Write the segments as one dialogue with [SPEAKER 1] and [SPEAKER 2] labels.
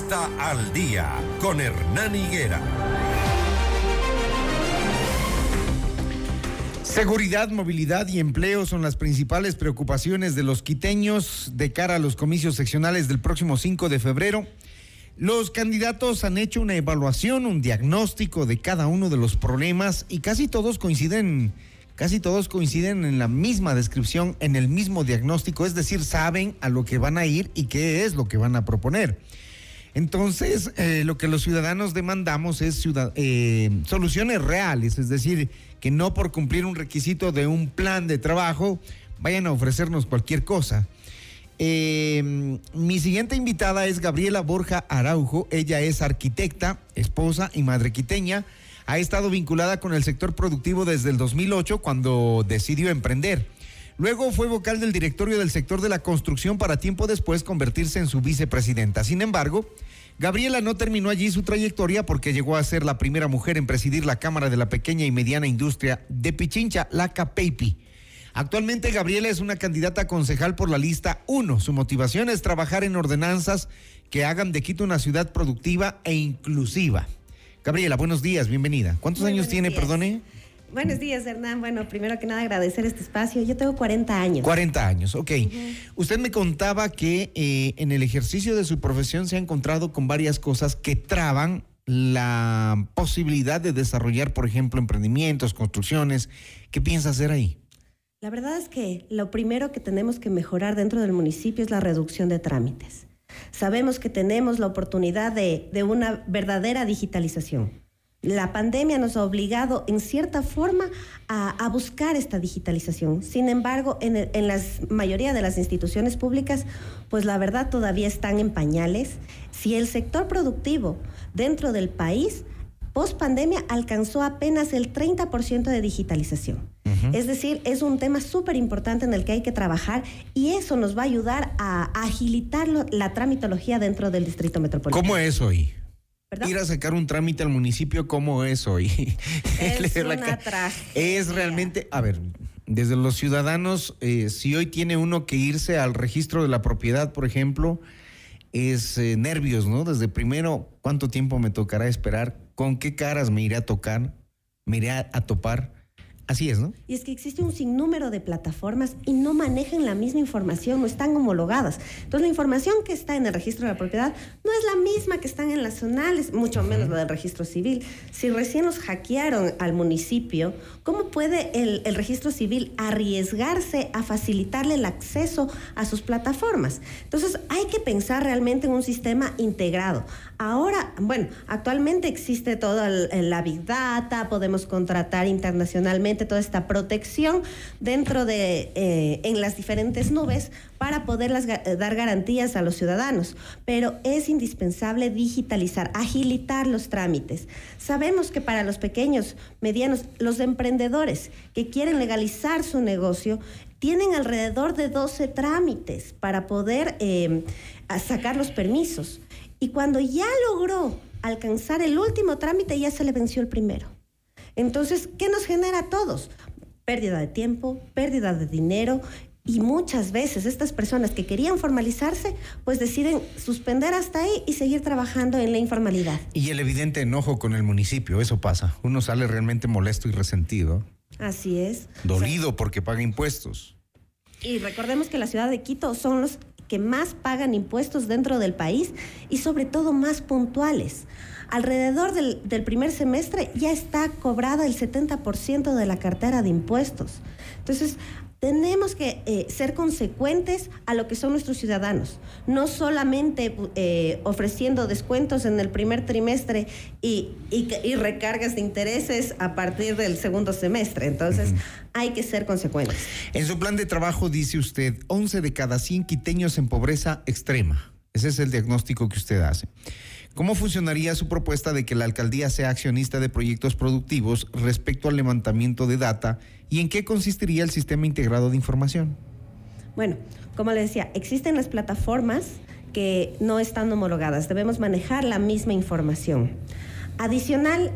[SPEAKER 1] Entrevista al Día con Hernán Higuera.
[SPEAKER 2] Seguridad, movilidad y empleo son las principales preocupaciones de los quiteños de cara a los comicios seccionales del próximo 5 de febrero. Los candidatos han hecho una evaluación, un diagnóstico de cada uno de los problemas y casi todos coinciden en la misma descripción, en el mismo diagnóstico, es decir, saben a lo que van a ir y qué es lo que van a proponer. Entonces, lo que los ciudadanos demandamos es soluciones reales, es decir, que no por cumplir un requisito de un plan de trabajo vayan a ofrecernos cualquier cosa. Mi siguiente invitada es Gabriela Borja Araujo. Ella es arquitecta, esposa y madre quiteña. Ha estado vinculada con el sector productivo desde el 2008, cuando decidió emprender. Luego fue vocal del directorio del sector de la construcción para tiempo después convertirse en su vicepresidenta. Sin embargo, Gabriela no terminó allí su trayectoria porque llegó a ser la primera mujer en presidir la Cámara de la Pequeña y Mediana Industria de Pichincha, la CAPEIPI. Actualmente Gabriela es una candidata a concejal por la lista 1. Su motivación es trabajar en ordenanzas que hagan de Quito una ciudad productiva e inclusiva. Gabriela, buenos días, bienvenida. ¿Cuántos años tiene, perdone?
[SPEAKER 3] Buenos días, Hernán. Bueno, primero que nada agradecer este espacio. Yo tengo 40 años.
[SPEAKER 2] 40 años, ok. Usted me contaba que en el ejercicio de su profesión se ha encontrado con varias cosas que traban la posibilidad de desarrollar, por ejemplo, emprendimientos, construcciones. ¿Qué piensa hacer ahí?
[SPEAKER 3] La verdad es que lo primero que tenemos que mejorar dentro del municipio es la reducción de trámites. Sabemos que tenemos la oportunidad de una verdadera digitalización. La pandemia nos ha obligado en cierta forma a buscar esta digitalización. Sin embargo, en la mayoría de las instituciones públicas, pues la verdad todavía están en pañales. Si el sector productivo dentro del país, post pandemia, alcanzó apenas el 30% de digitalización. Es decir, es un tema súper importante en el que hay que trabajar y eso nos va a ayudar a agilitar la tramitología dentro del Distrito Metropolitano.
[SPEAKER 2] ¿Cómo es hoy?
[SPEAKER 3] ¿Perdón?
[SPEAKER 2] Ir a sacar un trámite al municipio, ¿cómo es hoy?
[SPEAKER 3] Es una tragedia.
[SPEAKER 2] Es realmente, a ver, desde los ciudadanos, si hoy tiene uno que irse al registro de la propiedad, por ejemplo, es nervios, ¿no? Desde primero, ¿cuánto tiempo me tocará esperar? ¿Con qué caras me iré a tocar? ¿Me iré a topar? Así es, ¿no?
[SPEAKER 3] Y es que existe un sinnúmero de plataformas y no manejan la misma información, no están homologadas. Entonces, la información que está en el registro de la propiedad no es la misma que están en las zonales, mucho menos la del registro civil. Si recién nos hackearon al municipio, ¿cómo puede el registro civil arriesgarse a facilitarle el acceso a sus plataformas? Entonces, hay que pensar realmente en un sistema integrado. Ahora, bueno, actualmente existe toda la Big Data, podemos contratar internacionalmente toda esta protección dentro de, en las diferentes nubes para poderlas dar garantías a los ciudadanos. Pero es indispensable digitalizar, agilitar los trámites. Sabemos que para los pequeños, medianos, los emprendedores que quieren legalizar su negocio, tienen alrededor de 12 trámites para poder sacar los permisos. Y cuando ya logró alcanzar el último trámite, ya se le venció el primero. Entonces, ¿qué nos genera a todos? Pérdida de tiempo, pérdida de dinero, y muchas veces estas personas que querían formalizarse, pues deciden suspender hasta ahí y seguir trabajando en la informalidad.
[SPEAKER 2] Y el evidente enojo con el municipio, eso pasa. Uno sale realmente molesto y resentido.
[SPEAKER 3] Así es.
[SPEAKER 2] Dolido porque paga impuestos.
[SPEAKER 3] Y recordemos que la ciudad de Quito son los que más pagan impuestos dentro del país y sobre todo más puntuales. Alrededor del primer semestre ya está cobrada el 70% de la cartera de impuestos. Entonces, tenemos que ser consecuentes a lo que son nuestros ciudadanos, no solamente ofreciendo descuentos en el primer trimestre y recargas de intereses a partir del segundo semestre. Entonces, hay que ser consecuentes.
[SPEAKER 2] En su plan de trabajo dice usted, 11 de cada 100 quiteños en pobreza extrema. Ese es el diagnóstico que usted hace. ¿Cómo funcionaría su propuesta de que la alcaldía sea accionista de proyectos productivos respecto al levantamiento de data y en qué consistiría el sistema integrado de información?
[SPEAKER 3] Bueno, como le decía, existen las plataformas que no están homologadas. Debemos manejar la misma información. Adicional,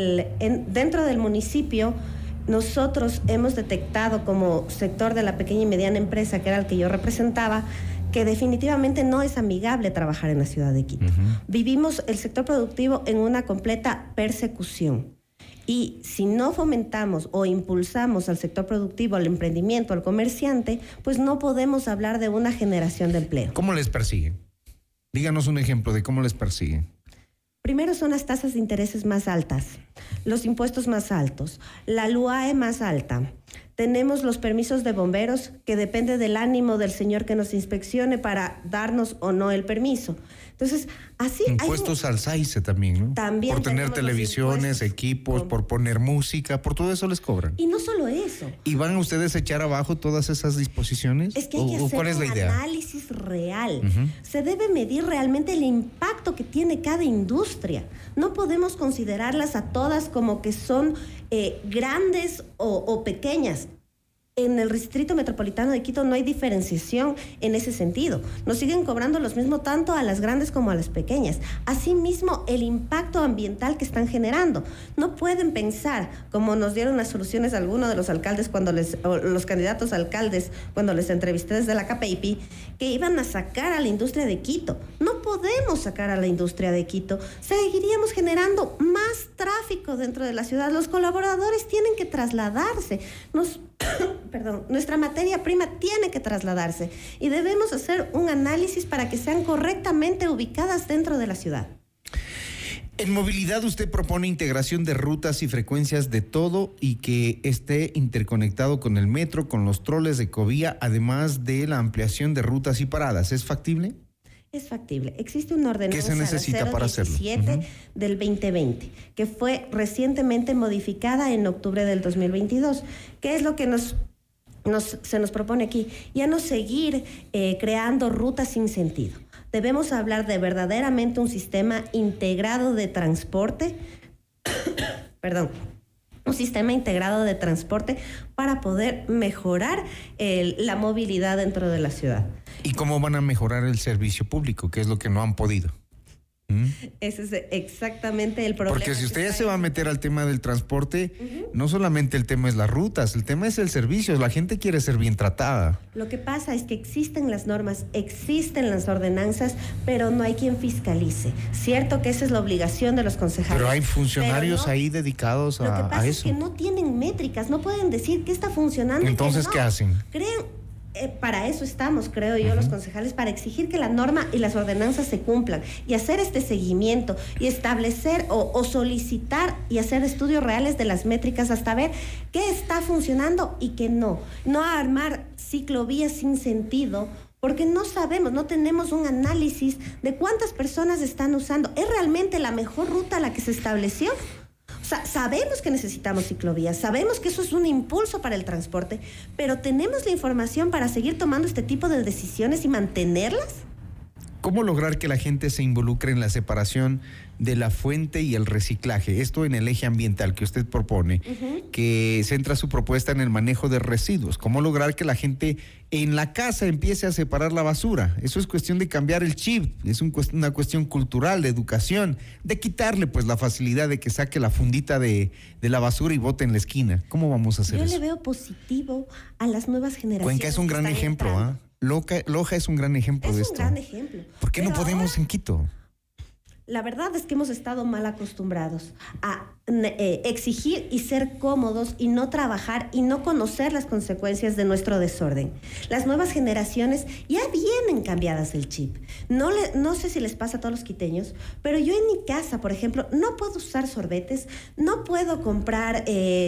[SPEAKER 3] dentro del municipio, nosotros hemos detectado como sector de la pequeña y mediana empresa, que era el que yo representaba, que definitivamente no es amigable trabajar en la ciudad de Quito. Vivimos el sector productivo en una completa persecución. Y si no fomentamos o impulsamos al sector productivo, al emprendimiento, al comerciante, pues no podemos hablar de una generación de empleo.
[SPEAKER 2] ¿Cómo les persiguen? Díganos un ejemplo de cómo les persiguen.
[SPEAKER 3] Primero son las tasas de intereses más altas, los impuestos más altos, la LUAE más alta. Tenemos los permisos de bomberos que depende del ánimo del señor que nos inspeccione para darnos o no el permiso. Entonces, así
[SPEAKER 2] impuestos al SAICE también, ¿no?
[SPEAKER 3] También
[SPEAKER 2] por tener televisiones, equipos, por poner música, por todo eso les cobran.
[SPEAKER 3] Y no solo eso.
[SPEAKER 2] ¿Y van ustedes a echar abajo todas esas disposiciones?
[SPEAKER 3] Es que hay que hacer
[SPEAKER 2] ¿cuál es la idea?
[SPEAKER 3] Análisis real. Se debe medir realmente el impacto que tiene cada industria. No podemos considerarlas a todas como que son grandes o pequeñas. En el Distrito Metropolitano de Quito no hay diferenciación en ese sentido. Nos siguen cobrando los mismos tanto a las grandes como a las pequeñas. Asimismo, el impacto ambiental que están generando. No pueden pensar, como nos dieron las soluciones algunos de los alcaldes o los candidatos a alcaldes cuando les entrevisté desde la KPIP, que iban a sacar a la industria de Quito. No podemos sacar a la industria de Quito. Seguiríamos generando más tráfico dentro de la ciudad. Los colaboradores tienen que trasladarse. Nuestra materia prima tiene que trasladarse y debemos hacer un análisis para que sean correctamente ubicadas dentro de la ciudad.
[SPEAKER 2] En movilidad usted propone integración de rutas y frecuencias de todo y que esté interconectado con el metro, con los troles de Ecovía, además de la ampliación de rutas y paradas. ¿Es factible?
[SPEAKER 3] Es factible. Existe una ordenanza,
[SPEAKER 2] ¿qué se necesita para hacerlo?
[SPEAKER 3] Del 2020, que fue recientemente modificada en octubre del 2022. ¿Qué es lo que se nos propone aquí? Ya no seguir creando rutas sin sentido. Debemos hablar de verdaderamente un sistema integrado de transporte, un sistema integrado de transporte para poder mejorar la movilidad dentro de la ciudad.
[SPEAKER 2] ¿Y cómo van a mejorar el servicio público? ¿Qué es lo que no han podido?
[SPEAKER 3] Ese es exactamente el problema.
[SPEAKER 2] Porque si usted ya se va a meter al tema del transporte, no solamente el tema es las rutas, el tema es el servicio. La gente quiere ser bien tratada.
[SPEAKER 3] Lo que pasa es que existen las normas, existen las ordenanzas, pero no hay quien fiscalice. Cierto que esa es la obligación de los concejales.
[SPEAKER 2] Pero hay funcionarios ahí dedicados a eso.
[SPEAKER 3] Lo que pasa es que no tienen métricas, no pueden decir qué está funcionando.
[SPEAKER 2] Entonces, ¿qué hacen?
[SPEAKER 3] Para eso estamos, creo yo, los concejales, para exigir que la norma y las ordenanzas se cumplan y hacer este seguimiento y establecer o solicitar y hacer estudios reales de las métricas hasta ver qué está funcionando y qué no. No armar ciclovías sin sentido, porque no sabemos, no tenemos un análisis de cuántas personas están usando. ¿Es realmente la mejor ruta la que se estableció? O sea, sabemos que necesitamos ciclovías, sabemos que eso es un impulso para el transporte, pero ¿tenemos la información para seguir tomando este tipo de decisiones y mantenerlas?
[SPEAKER 2] ¿Cómo lograr que la gente se involucre en la separación de la fuente y el reciclaje? Esto en el eje ambiental que usted propone, que centra su propuesta en el manejo de residuos. ¿Cómo lograr que la gente en la casa empiece a separar la basura? Eso es cuestión de cambiar el chip, es una cuestión cultural, de educación, de quitarle pues la facilidad de que saque la fundita de la basura y bote en la esquina. ¿Cómo vamos a hacer eso?
[SPEAKER 3] Yo le veo positivo a las nuevas generaciones.
[SPEAKER 2] Cuenca es un gran ejemplo, ¿ah? Loja es un gran ejemplo de esto.
[SPEAKER 3] Es un gran ejemplo.
[SPEAKER 2] ¿Por qué no podemos en Quito?
[SPEAKER 3] La verdad es que hemos estado mal acostumbrados a exigir y ser cómodos y no trabajar y no conocer las consecuencias de nuestro desorden. Las nuevas generaciones ya vienen cambiadas el chip. No sé si les pasa a todos los quiteños, pero yo en mi casa, por ejemplo, no puedo usar sorbetes, no puedo comprar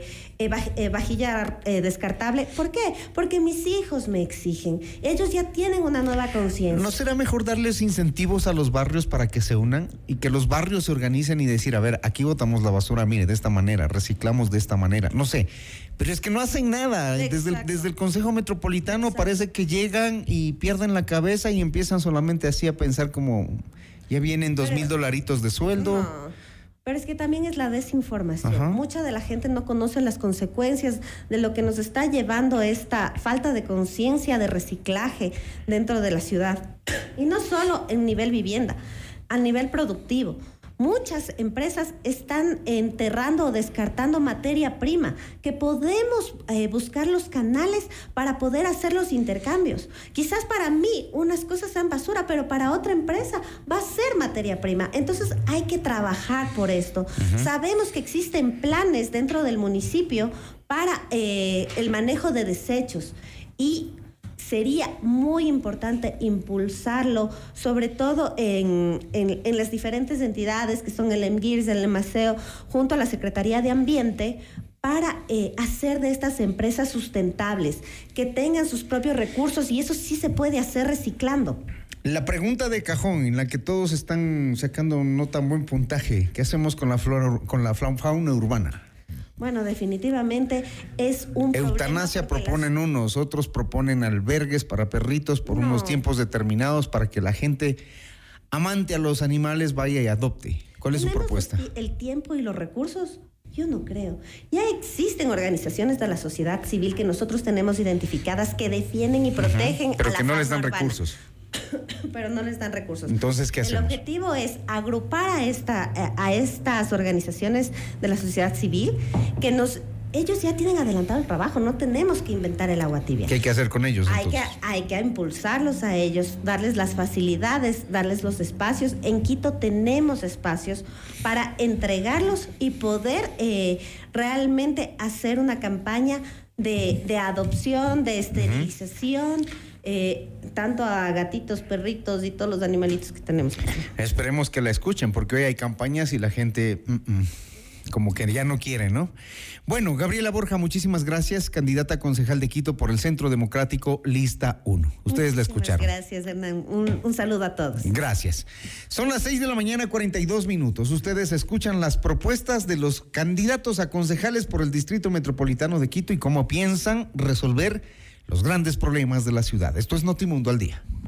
[SPEAKER 3] vajilla descartable. ¿Por qué? Porque mis hijos me exigen. Ellos ya tienen una nueva conciencia.
[SPEAKER 2] ¿No será mejor darles incentivos a los barrios para que se unan y que los barrios se organicen y decir, a ver, aquí botamos la basura, mire, de esta manera, reciclamos de esta manera? No sé, pero es que no hacen nada. Desde el Consejo Metropolitano parece que llegan y pierden la cabeza y empiezan solamente así a pensar como, ya vienen $2,000 de sueldo.
[SPEAKER 3] No. Pero es que también es la desinformación. Mucha de la gente no conoce las consecuencias de lo que nos está llevando esta falta de conciencia de reciclaje dentro de la ciudad. Y no solo en nivel vivienda, a nivel productivo. Muchas empresas están enterrando o descartando materia prima, que podemos buscar los canales para poder hacer los intercambios. Quizás para mí unas cosas sean basura, pero para otra empresa va a ser materia prima. Entonces hay que trabajar por esto. Sabemos que existen planes dentro del municipio para el manejo de desechos y sería muy importante impulsarlo, sobre todo en las diferentes entidades que son el EMGIRS, el EMASEO, junto a la Secretaría de Ambiente, para hacer de estas empresas sustentables, que tengan sus propios recursos, y eso sí se puede hacer reciclando.
[SPEAKER 2] La pregunta de cajón en la que todos están sacando un no tan buen puntaje, ¿qué hacemos con la fauna urbana?
[SPEAKER 3] Bueno, definitivamente es un
[SPEAKER 2] eutanasia proponen unos, otros proponen albergues para perritos por unos tiempos determinados para que la gente amante a los animales vaya y adopte. ¿Cuál es su propuesta?
[SPEAKER 3] ¿El tiempo y los recursos? Yo no creo. Ya existen organizaciones de la sociedad civil que nosotros tenemos identificadas que defienden y protegen
[SPEAKER 2] pero
[SPEAKER 3] a la
[SPEAKER 2] que no les dan
[SPEAKER 3] urbana.
[SPEAKER 2] Recursos.
[SPEAKER 3] Pero no les dan recursos.
[SPEAKER 2] Entonces, ¿qué hacemos?
[SPEAKER 3] El objetivo es agrupar a estas organizaciones de la sociedad civil que ellos ya tienen adelantado el trabajo, no tenemos que inventar el agua tibia.
[SPEAKER 2] ¿Qué hay que hacer con ellos?
[SPEAKER 3] Hay que impulsarlos a ellos, darles las facilidades, darles los espacios. En Quito tenemos espacios para entregarlos y poder realmente hacer una campaña de adopción, de esterilización, tanto a gatitos, perritos y todos los animalitos que tenemos.
[SPEAKER 2] Esperemos que la escuchen, porque hoy hay campañas y la gente como que ya no quiere, ¿no? Bueno, Gabriela Borja, muchísimas gracias, candidata a concejal de Quito por el Centro Democrático, lista 1. Ustedes la escucharon.
[SPEAKER 3] Gracias, Hernán. Un saludo a todos.
[SPEAKER 2] Gracias. Son las 6:42 a.m. Ustedes escuchan las propuestas de los candidatos a concejales por el Distrito Metropolitano de Quito y cómo piensan resolver los grandes problemas de la ciudad. Esto es Notimundo al Día.